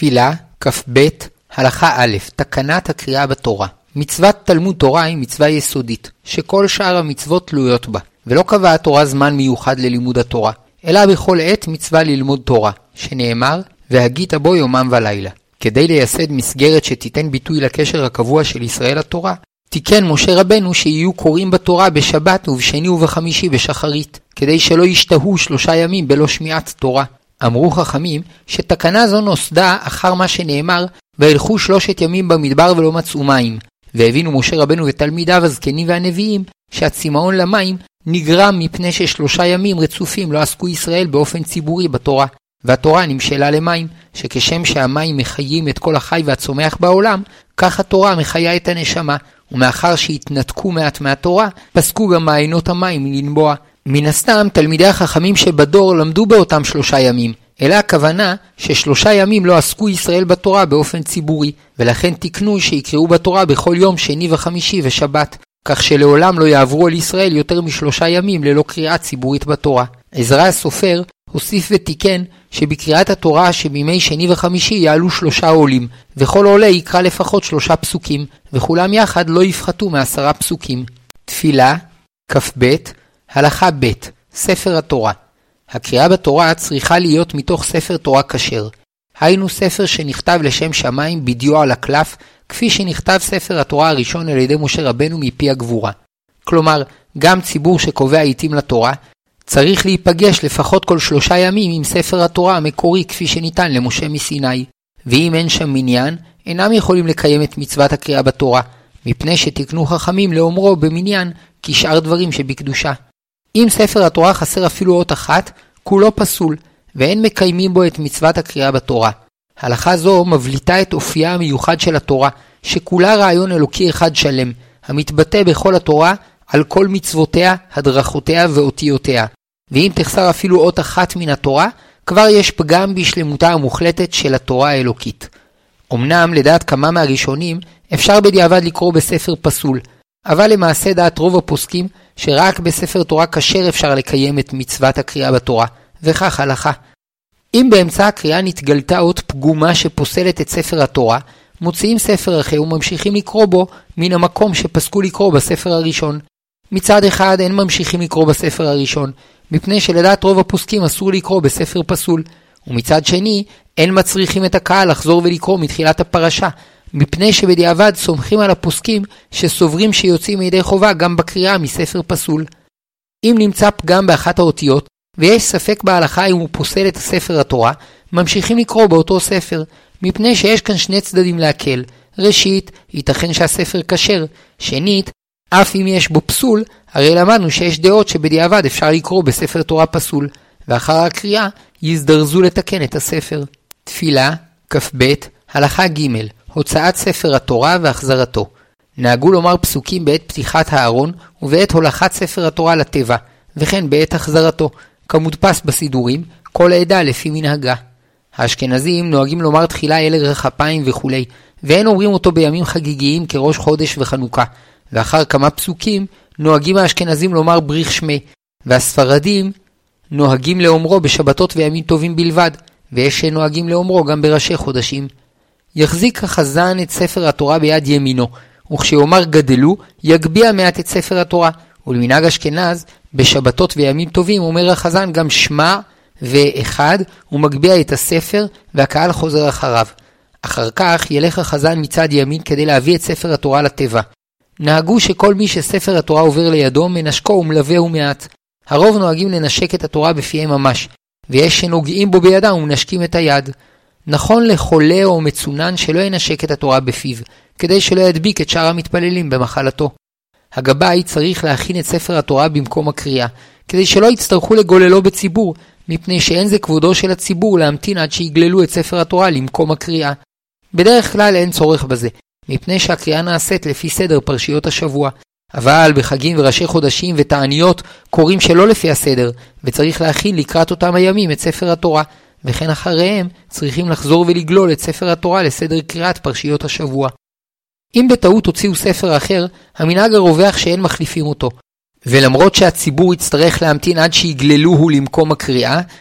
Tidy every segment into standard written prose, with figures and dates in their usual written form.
תפילה, כ"ב, הלכה א', תקנת הקריאה בתורה. מצוות תלמוד תורה היא מצווה יסודית, שכל שאר המצוות תלויות בה, ולא קבעה התורה זמן מיוחד ללימוד התורה, אלא בכל עת מצווה ללמוד תורה, שנאמר, והגית בו יומם ולילה. כדי לייסד מסגרת שתיתן ביטוי לקשר הקבוע של ישראל לתורה, תיקן משה רבנו שיהיו קוראים בתורה בשבת ובשני ובחמישי בשחרית, כדי שלא ישתהו 3 ימים בלא שמיעת תורה. אמרו חכמים שתקנה זו נוסדה אחר מה שנאמר, והלכו 3 ימים במדבר ולא מצאו מים. והבינו משה רבנו ותלמידיו הזקנים והנביאים שהצמאון למים נגרם מפני ש3 ימים רצופים לא עסקו ישראל באופן ציבורי בתורה. והתורה נמשלה למים, שכשם שהמים מחיים את כל החי והצומח בעולם, כך התורה מחיה את הנשמה, ומאחר שהתנתקו מעט מהתורה, פסקו גם מעיינות המים לנבוע. מן הסתם, תלמידי החכמים שבדור למדו באותם 3 ימים, אלא הכוונה ש3 ימים לא עסקו ישראל בתורה באופן ציבורי, ולכן תקנו שיקראו בתורה בכל יום שני וחמישי ושבת, כך שלעולם לא יעברו על ישראל יותר מ3 ימים ללא קריאה ציבורית בתורה. עזרא הסופר הוסיף ותיקן שבקריאת התורה שבימי שני וחמישי יעלו 3 עולים, וכל עולה יקרא לפחות 3 פסוקים, וכולם יחד לא יפחתו מ10 פסוקים. תפילה, כ"ב, הלכה ב', ספר התורה. הקריאה בתורה צריכה להיות מתוך ספר תורה כשר. היינו ספר שנכתב לשם שמיים בדיו על הקלף, כפי שנכתב ספר התורה הראשון על ידי משה רבנו מפי הגבורה. כלומר, גם ציבור שקובע עיתים לתורה, צריך להיפגש לפחות כל 3 ימים עם ספר התורה המקורי כפי שניתן למשה מסיני. ואם אין שם מניין, אינם יכולים לקיים את מצוות הקריאה בתורה, מפני שתקנו חכמים לאומרו במניין כשאר דברים שבקדושה. אם ספר התורה חסר אפילו אות אחת, כולו פסול, ואין מקיימים בו את מצוות הקריאה בתורה. הלכה זו מבליטה את אופייה המיוחד של התורה, שכולה רעיון אלוקי אחד שלם, המתבטא בכל התורה על כל מצוותיה, הדרכותיה ואותיותיה. ואם תחסר אפילו אות אחת מן התורה, כבר יש פגם בשלמותה המוחלטת של התורה האלוקית. אמנם לדעת כמה מהראשונים אפשר בדיעבד לקרוא בספר פסול, אבל למעשה דעת רוב הפוסקים שרק בספר תורה כשר אפשר לקיים את מצוות הקריאה בתורה, וכך הלכה. אם באמצע הקריאה נתגלתה אות פגומה שפוסלת את ספר התורה, מוציאים ספר אחר וממשיכים לקרוא בו מן המקום שפסקו לקרוא בספר הראשון. מצד אחד אין ממשיכים לקרוא בספר הראשון, מפני שלדעת רוב הפוסקים אסור לקרוא בספר פסול, ומצד שני אין מצריכים את הקהל לחזור ולקרוא מתחילת הפרשה, מפני שבדיעבד סומכים על הפוסקים שסוברים שיוצאים מידי חובה גם בקריאה מספר פסול. אם נמצא פגם באחת האותיות, ויש ספק בהלכה אם הוא פוסל את ספר התורה, ממשיכים לקרוא באותו ספר, מפני שיש כאן 2 צדדים להקל. ראשית, ייתכן שהספר כשר. שנית, אף אם יש בו פסול, הרי למדנו שיש דעות שבדיעבד אפשר לקרוא בספר תורה פסול, ואחר הקריאה יזדרזו לתקן את הספר. תפילה, כ"ב, הלכה ג', הוצאת ספר התורה והחזרתו. נהגו לומר פסוקים בעת פתיחת הארון ובעת הולכת ספר התורה לטבע, וכן בעת החזרתו, כמודפס בסידורים, כל העדה לפי מנהגה. האשכנזים נוהגים לומר תחילה הילך אפיים וכו', ואין אומרים אותו בימים חגיגיים כראש חודש וחנוכה, ואחר כמה פסוקים נוהגים האשכנזים לומר בריך שמי, והספרדים נוהגים לאומרו בשבתות וימים טובים בלבד, ויש שנוהגים לאומרו גם בראשי חודשים. יחזיק החזן את ספר התורה ביד ימינו, וכשיאמר גדלו, יגביה מעט את ספר התורה, ולמנהג אשכנז, בשבתות וימים טובים אומר החזן גם שמע ואחד, ומגביה את הספר, והקהל חוזר אחריו. אחר כך ילך החזן מצד ימין כדי להביא את ספר התורה לטבע. נהגו שכל מי שספר התורה עובר לידו מנשקו ומלווהו מעט. הרוב נוהגים לנשק את התורה בפיהם ממש, ויש שנוגעים בו בידם ומנשקים את היד. נכון לחולה או מצונן שלא ינשק את התורה בפיו, כדי שלא ידביק את שאר המתפללים במחלתו. הגבאי צריך להכין את ספר התורה במקום הקריאה, כדי שלא יצטרכו לגוללו בציבור, מפני שאין זה כבודו של הציבור להמתין עד שיגללו את ספר התורה למקום הקריאה. בדרך כלל אין צורך בזה, מפני שהקריאה נעשית לפי סדר פרשיות השבוע, אבל בחגים וראשי חודשים ותעניות קוראים שלא לפי הסדר, וצריך להכין לקראת אותם הימים את ספר התורה, וכן אחריהם צריכים לחזור ולגלול את ספר התורה לסדר קריאת פרשיות השבוע. אם בטעות הוציאו ספר אחר, המנהג הרווח שאין מחליפים אותו, ולמרות שהציבור יצטרך להמתין עד שיגללוהו למקום הקריאה,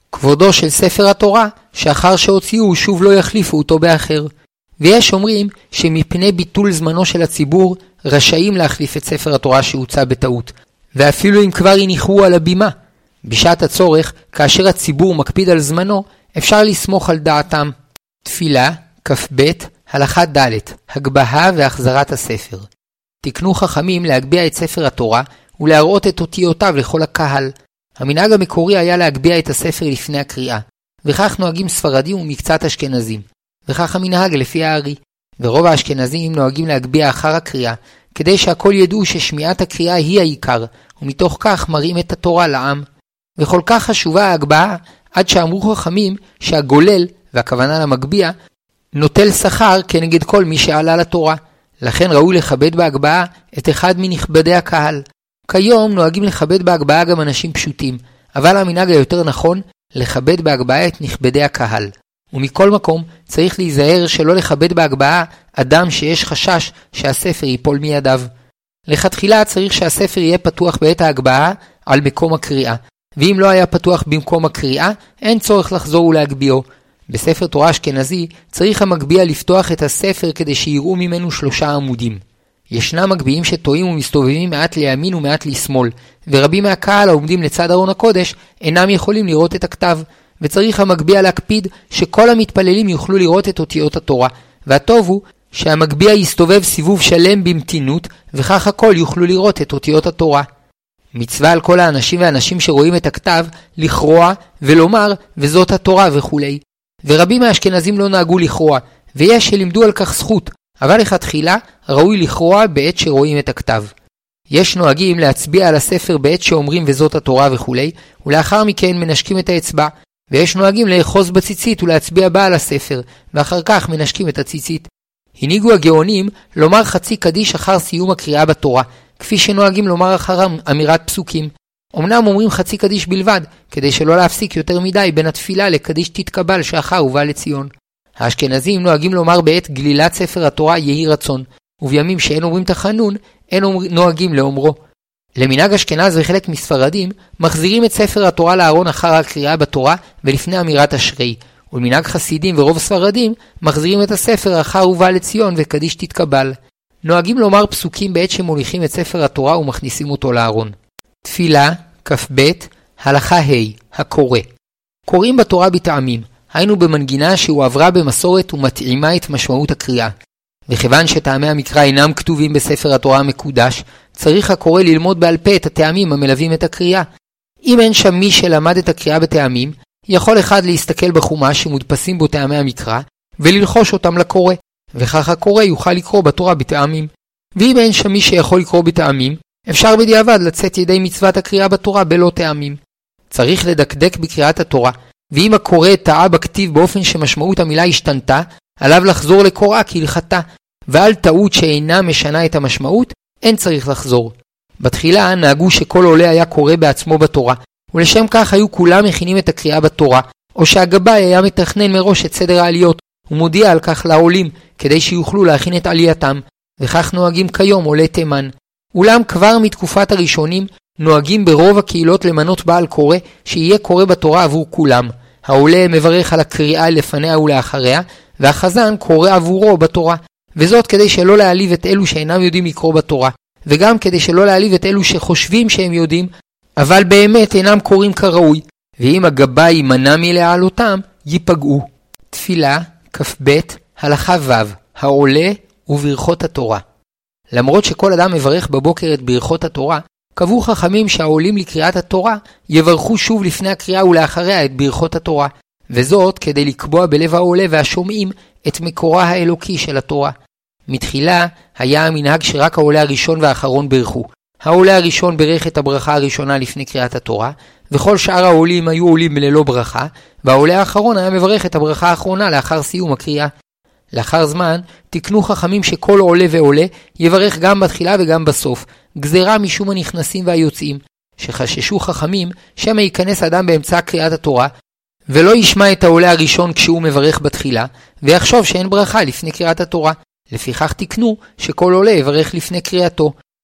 כבודו של ספר התורה, שאחר שהוציאו שוב לא יחליפו אותו באחר. ויש אומרים שמפני ביטול זמנו של הציבור, רשאים להחליף את ספר התורה שהוצא בטעות, ואפילו אם כבר הניחו על הבימה. בשעת הצורך, כאשר הציבור מקפיד על זמנו, אפשר לסמוך על דעתם. תפילה, כ"ב, הלכה ד', הגבהה והחזרת הספר. תקנו חכמים להגביה את ספר התורה ולהראות את אותיותיו לכל הקהל. המנהג המקורי היה להגביה את הספר לפני הקריאה, וכך נוהגים ספרדים ומקצת אשכנזים, וכך המנהג לפי הארי. ורוב האשכנזים נוהגים להגביה אחר הקריאה, כדי שהכל ידעו ששמיעת הקריאה היא העיקר, ומתוך כך מראים את התורה לעם. וכל כך חשובה ההגבהה, עד שאמרו חכמים שהגולל, והכוונה למגביה, נוטל שכר כנגד כל מי שעלה לתורה. לכן ראוי לכבד בהגבהה את אחד מנכבדי הקהל. כיום נוהגים לכבד בהגבהה גם אנשים פשוטים, אבל המנהג היותר נכון לכבד בהגבהה את נכבדי הקהל. ומכל מקום צריך להיזהר שלא לכבד בהגבהה אדם שיש חשש שהספר ייפול מידיו. לכתחילה צריך שהספר יהיה פתוח בעת ההגבהה על מקום הקריאה, ואם לא היה פתוח במקום הקריאה, אין צורך לחזור ולהגביהו. בספר תורה אשכנזי צריך המגביה לפתוח את הספר כדי שיראו ממנו 3 עמודים. ישנם מגביעים שטועים ומסתובבים מעט לימין ומעט לשמאל, ורבים מהקהל העומדים לצד ארון הקודש אינם יכולים לראות את הכתב, וצריך המגביה להקפיד שכל המתפללים יוכלו לראות את אותיות התורה, והטוב הוא שהמגביה יסתובב סיבוב שלם במתינות, וכך הכל יוכלו לראות את אותיות התורה. מצווה על כל האנשים והאנשים שרואים את הכתב לכרוע ולומר וזאת התורה וכו'. ורבים מהאשכנזים לא נהגו לכרוע, ויש שלימדו על כך זכות, אבל לכתחילה ראוי לכרוע בעת שרואים את הכתב. יש נוהגים להצביע על הספר בעת שאומרים וזאת התורה וכו', ולאחר מכן מנשקים את האצבע, ויש נוהגים לאחוז בציצית ולהצביע בה על הספר, ואחר כך מנשקים את הציצית. הנהיגו הגאונים לומר חצי קדיש אחר סיום הקריאה בתורה, כפי שנוהגים לומר אחר אמירת פסוקים. אמנם אומרים חצי קדיש בלבד, כדי שלא להפסיק יותר מדי בין התפילה לקדיש תתקבל שאחר ובא לציון. האשכנזים נוהגים לומר בעת גלילת ספר התורה יהי רצון, ובימים שאין אומרים תחנון, אין נוהגים לאומרו. למנהג אשכנז וחלק מספרדים, מחזירים את ספר התורה לארון אחר הקריאה בתורה ולפני אמירת אשרי, ולמנהג חסידים ורוב ספרדים, מחזירים את הספר אחר ובא לציון וקדיש תתקבל. נוהגים לומר פסוקים בעת שמוליכים את ספר התורה ומכניסים אותו לארון. תפילה, כ"ב, הלכה ה', הקורא. קוראים בתורה בטעמים, היינו במנגינה שהועברה במסורת ומתאימה את משמעות הקריאה. וכיוון שטעמי המקרא אינם כתובים בספר התורה המקודש, צריך הקורא ללמוד בעל פה את הטעמים המלווים את הקריאה. אם אין שם מי שלמד את הקריאה בטעמים, יכול אחד להסתכל בחומש שמודפסים בו טעמי המקרא, וללחוש אותם לקורא, וכך הקורא יוכל לקרוא בתורה בטעמים. ואם אין שם מי שיכול לקרוא בטעמים, אפשר בדיעבד לצאת ידי מצוות הקריאה בתורה בלא טעמים. צריך לדקדק בקריאת התורה, ואם הקורא טעה בכתיב באופן שמשמעות המילה השתנתה, עליו לחזור לקוראה כהלכתה, ועל טעות שאינה משנה את המשמעות, אין צריך לחזור. בתחילה נהגו שכל עולה היה קורא בעצמו בתורה, ולשם כך היו כולם מכינים את הקריאה בתורה, או שהגבאי היה מתכנן מראש את סדר העליות, ומודיע על כך לעולים, כדי שיוכלו להכין את עלייתם, וכך נוהגים כיום עולי תימן. אולם כבר מתקופת הראשונים, נוהגים ברוב הקהילות למנות בעל קורא, שיהיה קורא בתורה עבור כולם. העולה מברך על הקריאה לפניה ולאחריה, והחזן קורא עבורו בתורה, וזאת כדי שלא להעליב את אלו שאינם יודעים לקרוא בתורה, וגם כדי שלא להעליב את אלו שחושבים שהם יודעים, אבל באמת אינם קוראים כראוי, ואם הגבאי יימנע מלהעלותם, ייפגעו. תפילה, כ"ב, הלכה ו', העולה וברכות התורה. למרות שכל אדם מברך בבוקר את ברכות התורה, קבעו חכמים שהעולים לקריאת התורה יברכו שוב לפני הקריאה ולאחריה את ברכות התורה, וזאת כדי לקבוע בלב העולה והשומעים את מקורה האלוקי של התורה. מתחילה היה המנהג שרק העולה הראשון והאחרון ברכו. העולה הראשון ברך את הברכה הראשונה לפני קריאת התורה, וכל שאר העולים היו עולים ללא ברכה, והעולה האחרון היה מברך את הברכה האחרונה לאחר סיום הקריאה. לאחר זמן תקנו חכמים שכל עולה ועולה יברך גם בתחילה וגם בסוף, גזרה משום הנכנסים והיוצאים, שחששו חכמים שמא ייכנס אדם באמצע קריאת התורה, ולא ישמע את העולה הראשון כשהוא מברך בתחילה, ויחשוב שאין ברכה לפני קריאת התורה. לפיכך תקנו שכל עולה יברך לפני קריאתו.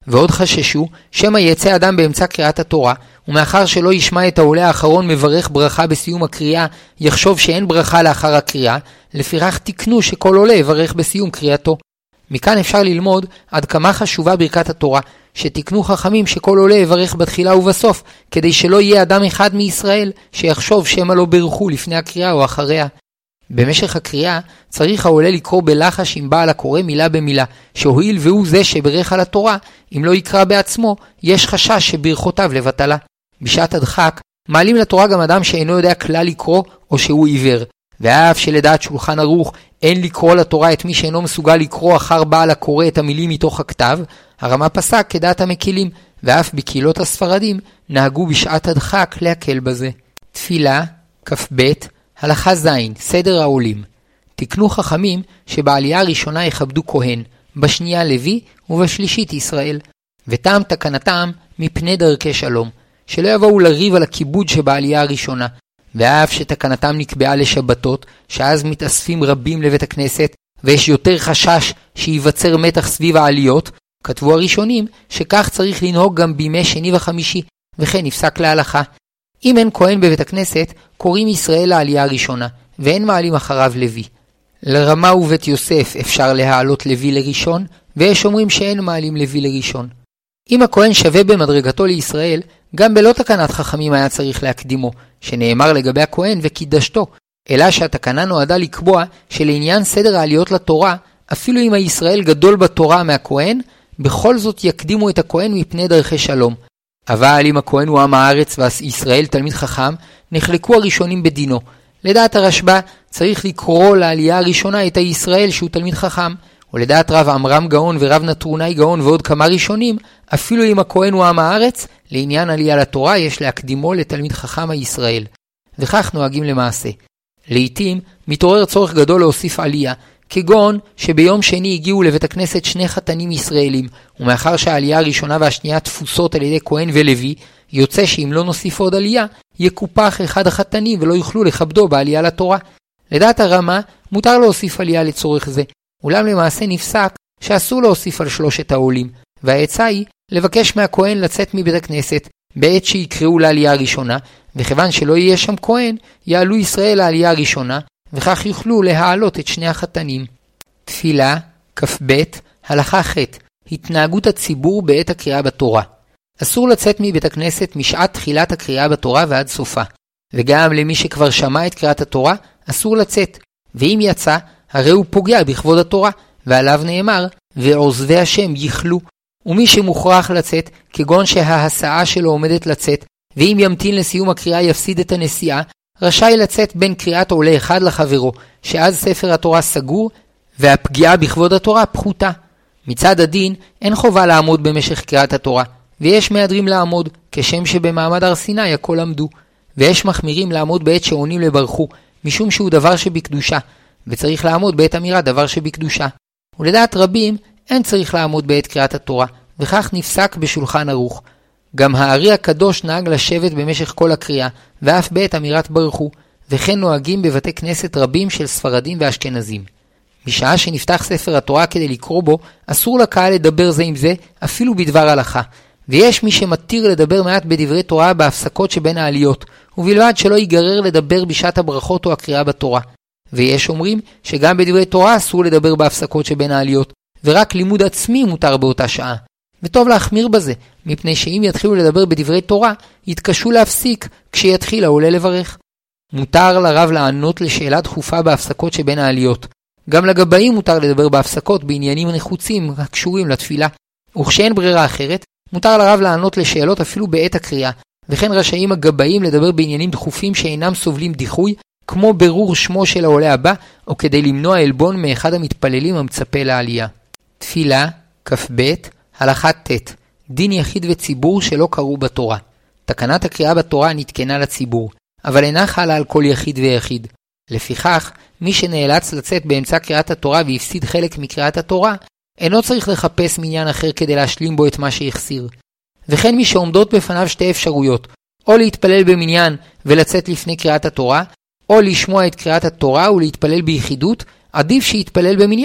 ועוד חששו שמא יצא אדם באמצע קריאת התורה, ומאחר שלא ישמע את העולה האחרון מברך ברכה בסיום הקריאה, יחשוב שאין ברכה לאחר הקריאה, לפיכך תקנו שכל עולה יברך בסיום קריאתו. מכאן אפשר ללמוד עד כמה חשובה ברכת התורה, שתקנו חכמים שכל עולה יברך בתחילה ובסוף, כדי שלא יהיה אדם אחד מישראל שיחשוב שמא לא ברכו לפני הקריאה או אחריה. במשך הקריאה צריך העולה לקרוא בלחש עם בעל הקורא מילה במילה, שהואיל והוא זה שברך על התורה, אם לא יקרא בעצמו, יש חשש שברכותיו לבטלה. בשעת הדחק, מעלים לתורה גם אדם שאינו יודע כלל לקרוא או שהוא עיוור. ואף שלדעת שולחן ערוך אין לקרוא לתורה את מי שאינו מסוגל לקרוא אחר בעל הקורא את המילים מתוך הכתב, הרמה פסק כדעת המקילים, ואף בקהילות הספרדים נהגו בשעת הדחק להקל בזה. תפילה, כ"ב, הלכה ז', סדר העולים. תקנו חכמים שבעלייה הראשונה יכבדו כהן, בשנייה לוי ובשלישית ישראל. וטעם תקנתם מפני דרכי שלום, שלא יבואו לריב על הכיבוד שבעלייה הראשונה. ואף שתקנתם נקבעה לשבתות, שאז מתאספים רבים לבית הכנסת, ויש יותר חשש שיווצר מתח סביב העליות, כתבו הראשונים שכך צריך לנהוג גם בימי שני וחמישי, וכן נפסק להלכה. אם אין כהן בבית הכנסת, קוראים ישראל לעלייה הראשונה, ואין מעלים אחריו לוי. לרמה ובית יוסף אפשר להעלות לוי לראשון, ויש אומרים שאין מעלים לוי לראשון. אם הכהן שווה במדרגתו לישראל, גם בלא תקנת חכמים היה צריך להקדימו, שנאמר לגבי הכהן וקידשתו, אלא שהתקנה נועדה לקבוע שלעניין סדר העליות לתורה, אפילו אם הישראל גדול בתורה מהכהן, בכל זאת יקדימו את הכהן מפני דרכי שלום. אבל אם הכהן הוא עם הארץ וישראל תלמיד חכם, נחלקו הראשונים בדינו. לדעת הרשב"א צריך לקרוא לעלייה הראשונה את הישראל שהוא תלמיד חכם, ולדעת רב עמרם גאון ורב נטרונאי גאון ועוד כמה ראשונים, אפילו אם הכהן הוא עם הארץ, לעניין עלייה לתורה יש להקדימו לתלמיד חכם הישראל. וכך נוהגים למעשה. לעתים מתעורר צורך גדול להוסיף עלייה, כגון שביום שני הגיעו לבית הכנסת שני חתנים ישראלים, ומאחר שהעלייה הראשונה והשנייה תפוסות על ידי כהן ולוי, יוצא שאם לא נוסיף עוד עלייה, יקופח אחד החתנים ולא יוכלו לכבדו בעלייה לתורה. לדעת הרמה, מותר להוסיף עלייה לצורך זה, אולם למעשה נפסק שאסור להוסיף על שלושת העולים, והעצה היא לבקש מהכהן לצאת מבית הכנסת בעת שיקראו לעלייה הראשונה, וכיוון שלא יהיה שם כהן, יעלו ישראל לעלייה הראשונה, וכך יוכלו להעלות את שני החתנים. תפילה, כ"ב, הלכה ח', התנהגות הציבור בעת הקריאה בתורה. אסור לצאת מבית הכנסת משעת תחילת הקריאה בתורה ועד סופה, וגם למי שכבר שמע את קריאת התורה, אסור לצאת, ואם יצא, הרי הוא פוגע בכבוד התורה, ועליו נאמר, ועוזבי השם יכלו. ומי שמוכרח לצאת, כגון שההסעה שלו עומדת לצאת, ואם ימתין לסיום הקריאה יפסיד את הנסיעה, רשאי לצאת בין קריאת עולה אחד לחברו, שאז ספר התורה סגור, והפגיעה בכבוד התורה פחותה. מצד הדין, אין חובה לעמוד במשך קריאת התורה, ויש מהדרים לעמוד, כשם שבמעמד הר סיני הכל עמדו, ויש מחמירים לעמוד בעת שעונים לברכו, משום שהוא דבר שבקדושה, וצריך לעמוד בעת אמירה דבר שבקדושה. ולדעת רבים, אין צריך לעמוד בעת קריאת התורה, וכך נפסק בשולחן ערוך. גם הארי הקדוש נהג לשבת במשך כל הקריאה, ואף בעת אמירת ברכו, וכן נוהגים בבתי כנסת רבים של ספרדים ואשכנזים. משעה שנפתח ספר התורה כדי לקרוא בו, אסור לקהל לדבר זה עם זה, אפילו בדבר הלכה. ויש מי שמתיר לדבר מעט בדברי תורה בהפסקות שבין העליות, ובלבד שלא ייגרר לדבר בשעת הברכות או הקריאה בתורה. ויש אומרים שגם בדברי תורה אסור לדבר בהפסקות שבין העליות, ורק לימוד עצמי מותר באותה שעה. וטוב להחמיר בזה, מפני שאם יתחילו לדבר בדברי תורה, יתקשו להפסיק כשיתחיל העולה לברך. מותר לרב לענות לשאלה דחופה בהפסקות שבין העליות. גם לגבאים מותר לדבר בהפסקות בעניינים נחוצים הקשורים לתפילה. וכשאין ברירה אחרת, מותר לרב לענות לשאלות אפילו בעת הקריאה, וכן רשאים הגבאים לדבר בעניינים דחופים שאינם סובלים דיחוי, כמו ברור שמו של העולה הבא, או כדי למנוע אלבון מאחד המתפללים המצפה לעלייה. תפילה, כ"ב, הלכה ט', דין יחיד וציבור שלא קראו בתורה. תקנת הקריאה בתורה נתקנה לציבור, אבל אינה חלה על כל יחיד ויחיד. לפיכך, מי שנאלץ לצאת באמצע קריאת התורה והפסיד חלק מקריאת התורה, אינו צריך לחפש מניין אחר כדי להשלים בו את מה שהחסיר. וכן מי שעומדות בפניו שתי אפשרויות, או להתפלל במניין ולצאת לפני קריאת התורה, או לשמוע את קריאת התורה ולהתפלל ביחידות, עדיף שיתפלל במניין,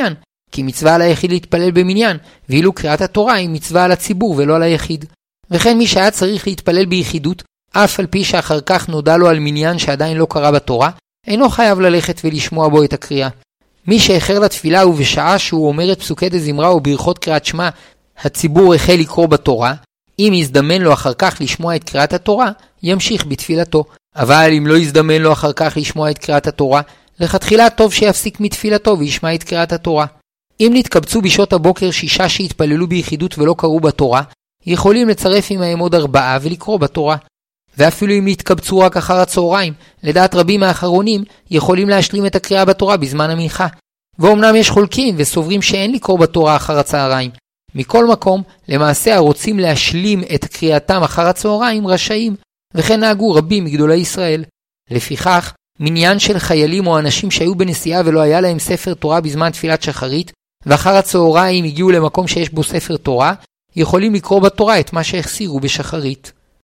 כי מצווה על היחיד להתפלל במניין, ואילו קריאת התורה היא מצווה על הציבור ולא על היחיד. וכן מי שהיה צריך להתפלל ביחידות, אף על פי שאחר כך נודע לו על מניין שעדיין לא קרא בתורה, אינו חייב ללכת ולשמוע בו את הקריאה. מי שאחר לתפילה ובשעה שהוא אומר את פסוקי דזמרה או ברכות קריאת שמע, הציבור החל לקרוא בתורה, אם יזדמן לו אחר כך לשמוע את קריאת התורה, ימשיך בתפילתו. אבל אם לא יזדמן לו אחר כך לשמוע את קריאת התורה, לכתחילה טוב שיפסיק מתפילתו וישמע את קריאת התורה. אם נתקבצו בשעות הבוקר 6 שהתפללו ביחידות ולא קראו בתורה, יכולים לצרף עמהם עוד 4 ולקרוא בתורה. ואפילו אם נתקבצו רק אחר הצהריים, לדעת רבים האחרונים, יכולים להשלים את הקריאה בתורה בזמן המנחה. ואומנם יש חולקים וסוברים שאין לקרוא בתורה אחר הצהריים. מכל מקום, למעשה הרוצים להשלים את קריאתם אחר הצהריים רשאים, וכן נהגו רבים מגדולי ישראל. לפיכך, מניין של חיילים או אנשים שהיו בנסיעה ולא היה להם ספר תורה בזמן תפילת שחרית, ואחר הצהריים הגיעו למקום שיש בו ספר תורה, יכולים לקרוא בתורה את מה שהחסירו בשחרית.